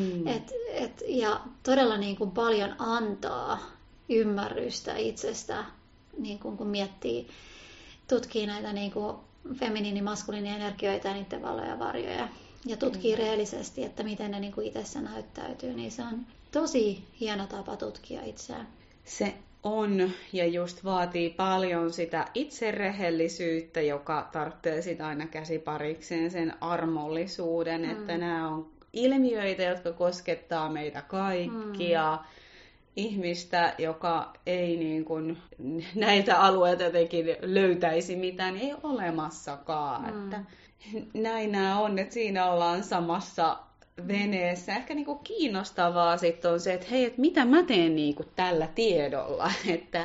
Speaker 2: Ja todella niin kuin paljon antaa ymmärrystä itsestä, niin kuin kun tutkii näitä niin kuin feminiini-maskuliini-energioita ja niiden valoja ja varjoja. Ja tutkii rehellisesti, että miten ne niin kuin itsessä näyttäytyy, niin se on tosi hieno tapa tutkia itseään.
Speaker 1: Se on, ja just vaatii paljon sitä itserehellisyyttä, joka tarvitsee sitä aina käsiparikseen sen armollisuuden, että nämä on ilmiöitä, jotka koskettaa meitä kaikkia. Ihmistä, joka ei niin kuin näiltä alueilta jotenkin löytäisi mitään, ei ole olemassakaan. Että näin nämä on, että siinä ollaan samassa veneessä. Ehkä niin kuin kiinnostavaa sitten on se, että hei, että mitä mä teen niin kuin tällä tiedolla, että,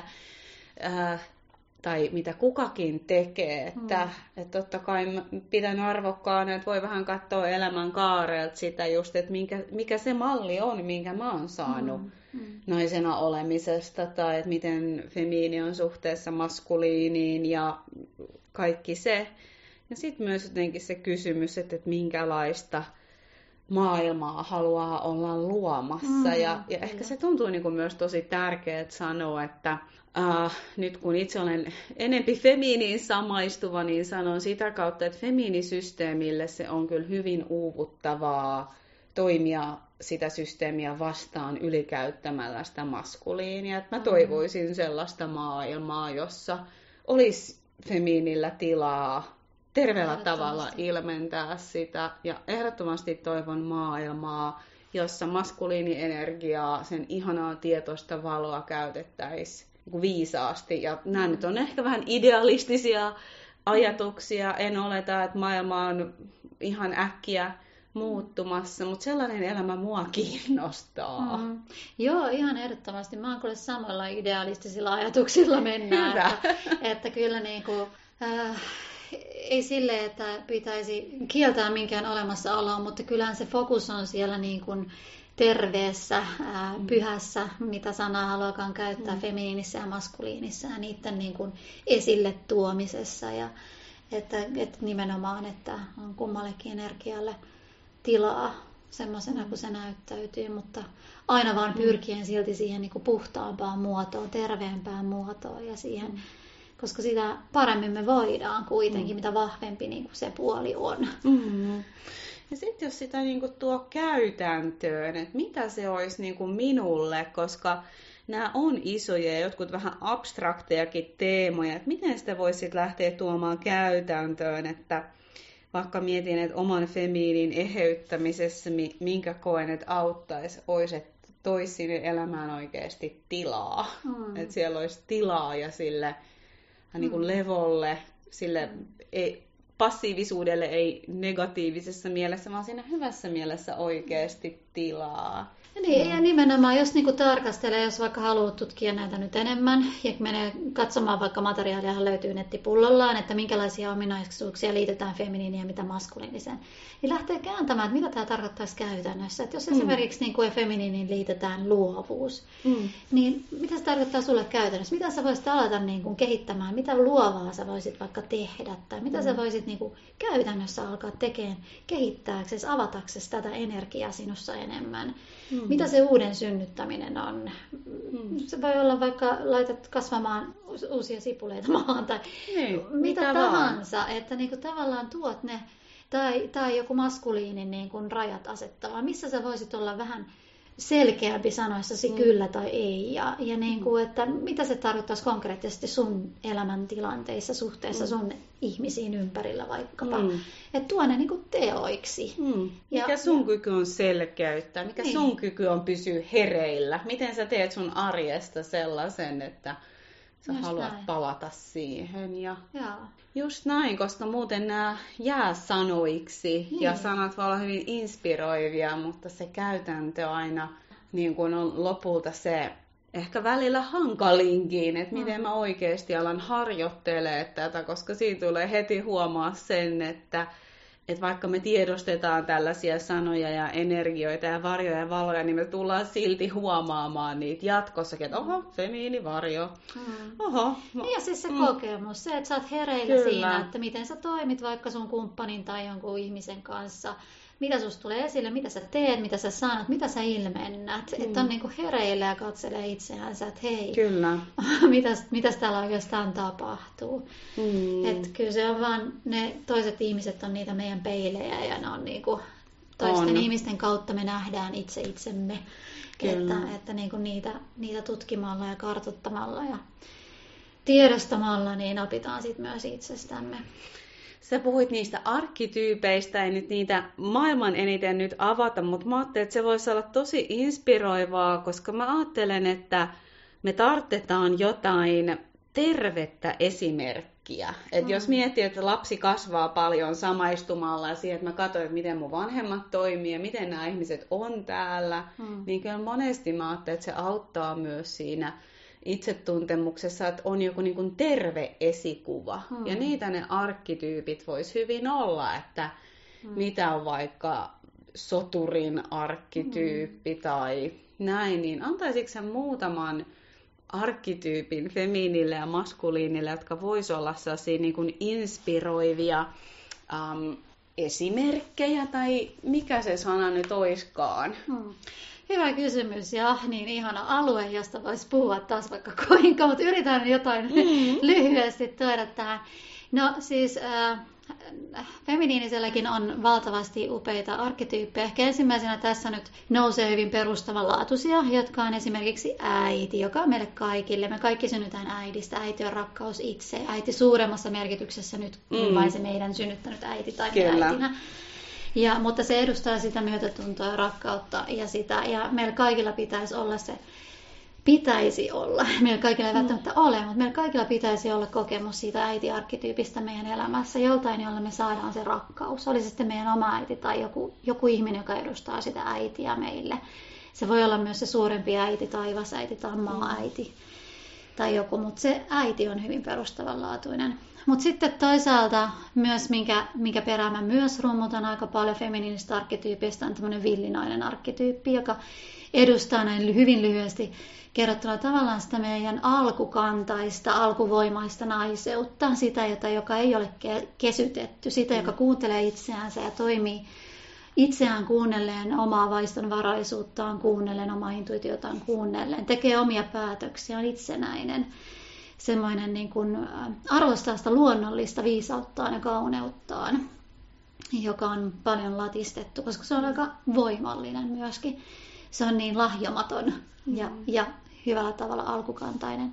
Speaker 1: tai mitä kukakin tekee. Että totta kai pidän arvokkaana, että voi vähän katsoa elämän kaarelta sitä just, että mikä se malli on, minkä mä oon saanut naisena olemisesta, tai että miten femiini on suhteessa maskuliiniin ja kaikki se. Ja sitten myös jotenkin se kysymys, että minkälaista maailmaa haluaa olla luomassa. Ja ehkä se tuntuu niin kuin myös tosi tärkeää sanoa, että nyt kun itse olen enempi femiiniin samaistuva, niin sanon sitä kautta, että femiinisysteemille se on kyllä hyvin uuvuttavaa toimia sitä systeemiä vastaan ylikäyttämällä sitä maskuliinia. Että mä toivoisin sellaista maailmaa, jossa olisi femiinillä tilaa terveellä tavalla ilmentää sitä. Ja ehdottomasti toivon maailmaa, jossa maskuliinienergiaa, sen ihanaa tietoista valoa käytettäisiin viisaasti. Ja nämä nyt on ehkä vähän idealistisia ajatuksia. En oleta, että maailma on ihan äkkiä muuttumassa, mutta sellainen elämä mua kiinnostaa.
Speaker 2: Joo, ihan ehdottomasti. Mä oon kyllä samoilla idealistisilla ajatuksilla mennään. Että kyllä niinku, ei silleen, että pitäisi kieltää minkään olemassaoloa, mutta kyllähän se fokus on siellä niin kuin terveessä, pyhässä, mitä sanaa haluakaan käyttää, feminiinissä ja maskuliinissa ja niiden niin kuin esille tuomisessa. Ja että nimenomaan, että on kummallekin energialle tilaa semmoisena kuin se näyttäytyy, mutta aina vaan pyrkien silti siihen niin kuin puhtaampaan muotoon, terveempään muotoon ja siihen, koska sitä paremmin me voidaan kuitenkin, mitä vahvempi niin kuin se puoli on.
Speaker 1: Ja sitten jos sitä niin kuin tuo käytäntöön, että mitä se olisi niin kuin minulle, koska nämä on isoja ja jotkut vähän abstraktejakin teemoja, että miten sitä voisi lähteä tuomaan käytäntöön, että vaikka mietin, että oman femiinin eheyttämisessä, minkä koen, että auttaisi, olisi, että toisi sinne elämään oikeasti tilaa. Että siellä olisi tilaa ja sille niin kuin levolle, sille passiivisuudelle ei negatiivisessa mielessä, vaan siinä hyvässä mielessä oikeasti tilaa.
Speaker 2: Niin, ja nimenomaan, jos niinku tarkastelee, jos vaikka haluaa tutkia näitä nyt enemmän, ja menee katsomaan vaikka materiaalia, löytyy nettipullollaan, että minkälaisia ominaisuuksia liitetään feminiiniin ja mitä maskuliiniseen, niin lähtee kääntämään, että mitä tämä tarkoittaisi käytännössä. Että jos esimerkiksi niin kuin feminiiniin liitetään luovuus, niin mitä se tarkoittaa sulle käytännössä? Mitä sä voisit alata niin kuin kehittämään? Mitä luovaa sä voisit vaikka tehdä? Tai mitä sä voisit niin kuin käytännössä alkaa tekemään, kehittääksesi, avataksesi tätä energiaa sinussa enemmän? Mitä se uuden synnyttäminen on? Se voi olla vaikka laitat kasvamaan uusia sipuleita maahan tai mitä tahansa, että niinku tavallaan tuot ne, tai joku maskuliinin niinku rajat asettava, missä sä voisit olla vähän selkeämpi sanoissasi kyllä tai ei, ja niinku, että mitä se tarkoittaisi konkreettisesti sun elämäntilanteissa suhteessa sun ihmisiin ympärillä vaikkapa. Että tuo ne niinku teoiksi.
Speaker 1: Mikä sun kyky on selkeyttää, mikä sun kyky on pysyä hereillä, miten sä teet sun arjesta sellaisen, että sä haluat palata siihen. Ja just näin, koska muuten nämä jää sanoiksi ja sanat voi olla hyvin inspiroivia, mutta se käytäntö aina niin kuin on lopulta se ehkä välillä hankalinkin, että miten mä oikeasti alan harjoittelee tätä, koska siitä tulee heti huomaa sen, että vaikka me tiedostetaan tällaisia sanoja ja energioita ja varjoja ja valoja, niin me tullaan silti huomaamaan niitä jatkossakin, että oho, femiinivarjo, oho.
Speaker 2: Ja siis se kokemus, se, että sä oot hereillä siinä, että miten sä toimit vaikka sun kumppanin tai jonkun ihmisen kanssa, mitä susta tulee esille, mitä sä teet, mitä sä sanot, mitä sä ilmennät. Että on niinku hereillä ja katselee itseänsä, että hei, mitäs täällä oikeastaan tapahtuu. Että kyllä se on vaan, ne toiset ihmiset on niitä meidän peilejä ja ne on niinku toisten ihmisten kautta me nähdään itse itsemme. Että niinku niitä tutkimalla ja kartoittamalla ja tiedostamalla niin opitaan sit myös itsestämme.
Speaker 1: Sä puhuit niistä arkkityypeistä, ei nyt niitä maailman eniten nyt avata, mutta mä ajattelin, että se voisi olla tosi inspiroivaa, koska mä ajattelen, että me tarvitaan jotain tervettä esimerkkiä leikkiä. Et jos miettii, että lapsi kasvaa paljon samaistumalla ja siihen, että mä katsoin, että miten mun vanhemmat toimii ja miten nämä ihmiset on täällä, niin kyllä monesti mä ajattelen, että se auttaa myös siinä itsetuntemuksessa, että on joku niin kuin terve esikuva. Ja niitä ne arkkityypit vois hyvin olla, että mitä on vaikka soturin arkkityyppi tai näin, niin antaisitko sä muutaman arkkityypin feminiinille ja maskuliinille, jotka vois olla sellaisia niin kuin inspiroivia esimerkkejä, tai mikä se sana nyt oiskaan?
Speaker 2: Hyvä kysymys ja niin ihana alue, josta voisi puhua taas vaikka kuinka, mutta yritän jotain lyhyesti tuoda tähän. No siis feminiiniselläkin on valtavasti upeita arkkityyppejä. Ehkä ensimmäisenä tässä nyt nousee hyvin perustavanlaatuisia, jotka on esimerkiksi äiti, joka on meille kaikille. Me kaikki synnytään äidistä. Äiti on rakkaus itse. Äiti suuremmassa merkityksessä nyt kuin vain se meidän synnyttänyt äiti tai äitinä. Mutta se edustaa sitä myötätuntoa ja rakkautta ja sitä. Ja meillä kaikilla pitäisi olla se. Meillä kaikilla ei välttämättä ole, mutta meillä kaikilla pitäisi olla kokemus siitä äiti-arkkityypistä meidän elämässä. Joltain, jolla me saadaan se rakkaus. Oli se sitten meidän oma äiti tai joku ihminen, joka edustaa sitä äitiä meille. Se voi olla myös se suurempi äiti, taivasäiti tai maa-äiti tai joku, mutta se äiti on hyvin perustavanlaatuinen. Mutta sitten toisaalta myös, minkä perään mä myös rummutan aika paljon feminiinistä arkkityypistä, on tämmöinen villinainen arkkityyppi, joka edustaa näin hyvin lyhyesti kerrottuna tavallaan sitä meidän alkukantaista, alkuvoimaista naiseutta, sitä, joka ei ole kesytetty, sitä, joka kuuntelee itseänsä ja toimii itseään kuunnellen, omaa vaistonvaraisuuttaan kuunnellen, omaa intuitiotaan kuunnellen, tekee omia päätöksiä, on itsenäinen. Semmoinen niin kuin arvostaa sitä luonnollista viisauttaan ja kauneuttaan, joka on paljon latistettu, koska se on aika voimallinen myöskin. Se on niin lahjomaton ja hyvällä tavalla alkukantainen.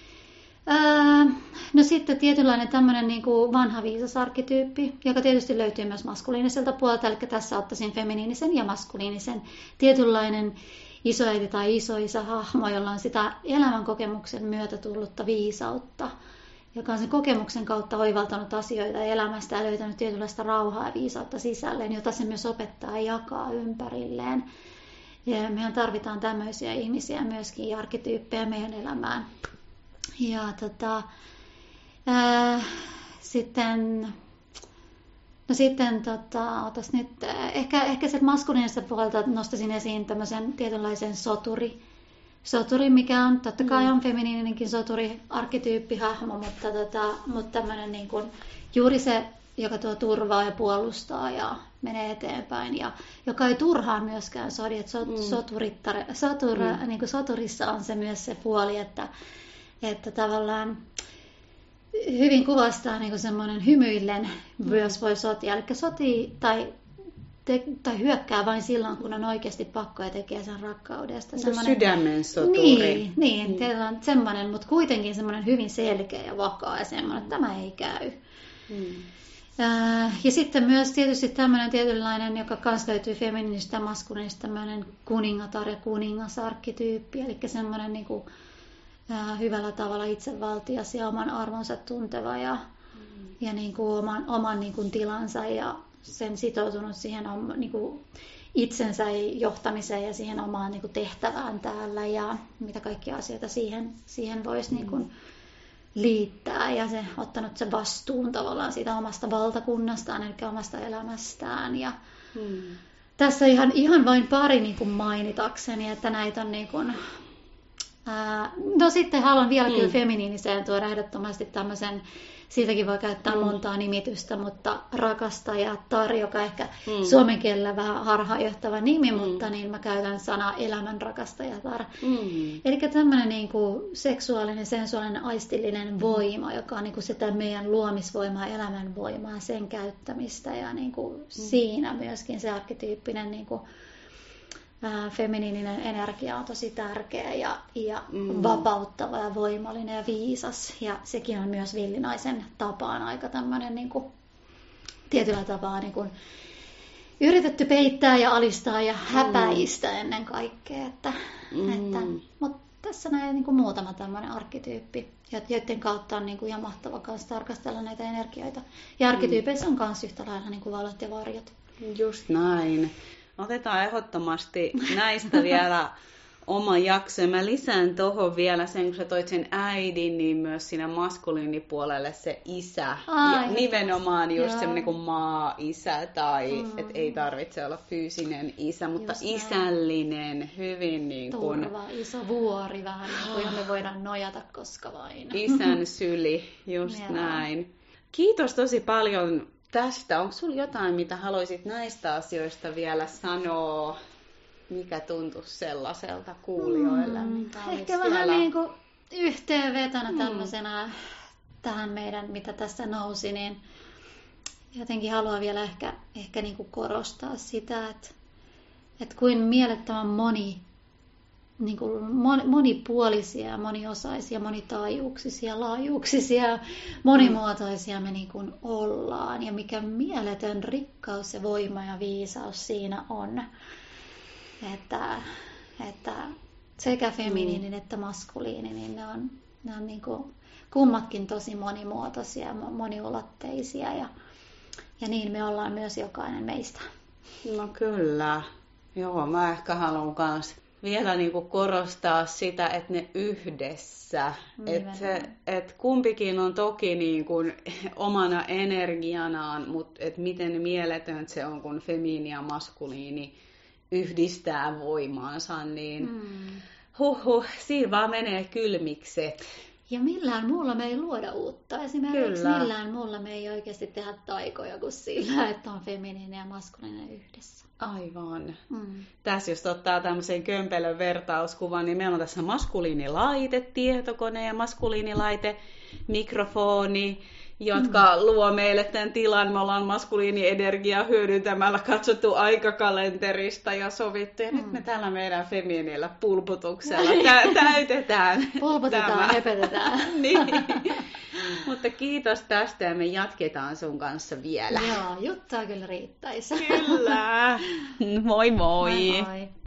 Speaker 2: No sitten tietynlainen tämmöinen niin kuin vanha viisas arkkityyppi, joka tietysti löytyy myös maskuliiniselta puolelta, eli tässä ottaisin feminiinisen ja maskuliinisen. Tietynlainen isoäiti tai isoisä hahmo, jolla on sitä elämänkokemuksen myötä tullutta viisautta, joka on sen kokemuksen kautta oivaltanut asioita elämästä ja löytänyt tietynlaista rauhaa ja viisautta sisälleen, jota se myös opettaa ja jakaa ympärilleen. Ja mehän tarvitaan tämmöisiä ihmisiä myöskin ja arkkityyppejä meidän elämään. Ja sitten otas nyt, ehkä se maskuliinisesta puolelta nostaisin esiin tämmöisen tietynlaisen soturi, mikä on, totta kai on feminiininenkin soturi, arkkityyppi, hahmo, mutta tämmöinen niin kuin, juuri se, joka tuo turvaa ja puolustaa ja menee eteenpäin ja joka ei turhaan myöskään sodi, että niin kuin soturissa on se myös se puoli, että tavallaan hyvin kuvastaa niin kuin semmoinen hymyillen myös voi sotia, eli sotii tai hyökkää vain silloin, kun on oikeasti pakko ja tekee sen rakkaudesta.
Speaker 1: Sydämen soturi.
Speaker 2: Niin. Semmoinen, mutta kuitenkin semmoinen hyvin selkeä ja vakaa ja semmoinen, että tämä ei käy. Ja sitten myös tietysti tämmöinen tietynlainen, joka myös löytyy feminiinistä ja maskuliinista, tämmöinen kuningatar ja kuningasarkkityyppi, eli semmoinen niin kuin, hyvällä tavalla itsevaltias ja oman arvonsa tunteva ja niin kuin oman niin kuin tilansa ja sen sitoutunut siihen niin kuin itsensä johtamiseen ja siihen omaan niin kuin tehtävään täällä ja mitä kaikkia asioita siihen voisi niin kuin liittää ja se ottanut sen vastuun tavallaan siitä omasta valtakunnastaan, eli omasta elämästään. Ja tässä ihan vain pari niin kuin mainitakseni, että näitä on niin kuin, no sitten haluan vielä kyllä feminiiniseen tuoda ehdottomasti tämmöisen, siitäkin voi käyttää montaa nimitystä, mutta rakastajatar, joka ehkä suomen kielellä vähän harhaanjohtava nimi, mutta niin mä käytän sanaa elämän rakastajatar. Eli tämmöinen niin kuin seksuaalinen, sensuaalinen, aistillinen voima, joka on niin kuin sitä meidän luomisvoimaa, elämänvoimaa, sen käyttämistä ja niin kuin siinä myöskin se arkkityyppinen niin kuin feminiininen energia on tosi tärkeä ja vapauttava ja voimallinen ja viisas. Ja sekin on myös villinaisen tapaan aika tämmöinen niin kuin, tietyllä tapaa niin kuin, yritetty peittää ja alistaa ja häpäistä ennen kaikkea. Mutta tässä näin niin kuin muutama tämmöinen arkkityyppi, joiden kautta on niin kuin ihan mahtava kanssa tarkastella näitä energioita. Ja arkkityypeissä on myös yhtä lailla niin kuin valot ja varjot.
Speaker 1: Just näin. Otetaan ehdottomasti näistä vielä oma jakso. Mä lisään tuohon vielä sen, kun sä toit sen äidin, niin myös siinä maskuliinipuolelle se isä. Ja nimenomaan just semmoinen kuin maa-isä tai et ei tarvitse olla fyysinen isä, mutta isällinen, hyvin niin kuin...
Speaker 2: Turva, iso vuori vähän, niin kuin, johon me voidaan nojata koska vain.
Speaker 1: Isän syli, just näin. Kiitos tosi paljon tästä. Onko sulla jotain, mitä haluaisit näistä asioista vielä sanoa? Mikä tuntuisi sellaiselta kuulijoille?
Speaker 2: Ehkä vähän niin kuin yhteenvetona tämmöisenä tähän meidän, mitä tässä nousi, niin jotenkin haluan vielä ehkä niin kuin korostaa sitä, että kuin mielettömän niin kuin monipuolisia, moniosaisia, monitaajuuksisia, laajuuksisia, monimuotoisia me niin kuin ollaan. Ja mikä mieletön rikkaus ja voima ja viisaus siinä on. Että sekä feminiinin että maskuliini, niin ne on niin kuin kummatkin tosi monimuotoisia, moniulotteisia ja niin me ollaan myös jokainen meistä.
Speaker 1: No kyllä. Joo, mä ehkä haluan myös vielä niin kuin korostaa sitä, että ne yhdessä. Että kumpikin on toki niin kuin omana energianaan, mutta että miten mieletön se on, kun feminiini ja maskuliini yhdistää voimaansa, niin siinä vaan menee kylmikset.
Speaker 2: Ja millään muulla me ei luoda uutta. Esimerkiksi millään muulla me ei oikeasti tehdä taikoja kuin sillä, että on feminiini ja maskuliininen yhdessä.
Speaker 1: Aivan. Tässä jos ottaa tämmöisen kömpelön vertauskuvan, niin meillä on tässä maskuliinilaite, tietokone ja maskuliinilaite, mikrofoni, jotka luo meille tämän tilan. Me ollaan maskuliinienergiaa hyödyntämällä katsottu aikakalenterista ja sovittu. Ja nyt me täällä meidän feminiinillä pulputuksella täytetään.
Speaker 2: Pulputetaan, höpötetään.
Speaker 1: Niin. Mutta kiitos tästä ja me jatketaan sun kanssa vielä.
Speaker 2: Joo, juttua kyllä riittäisi.
Speaker 1: Kyllä. Moi moi.
Speaker 2: Moi moi.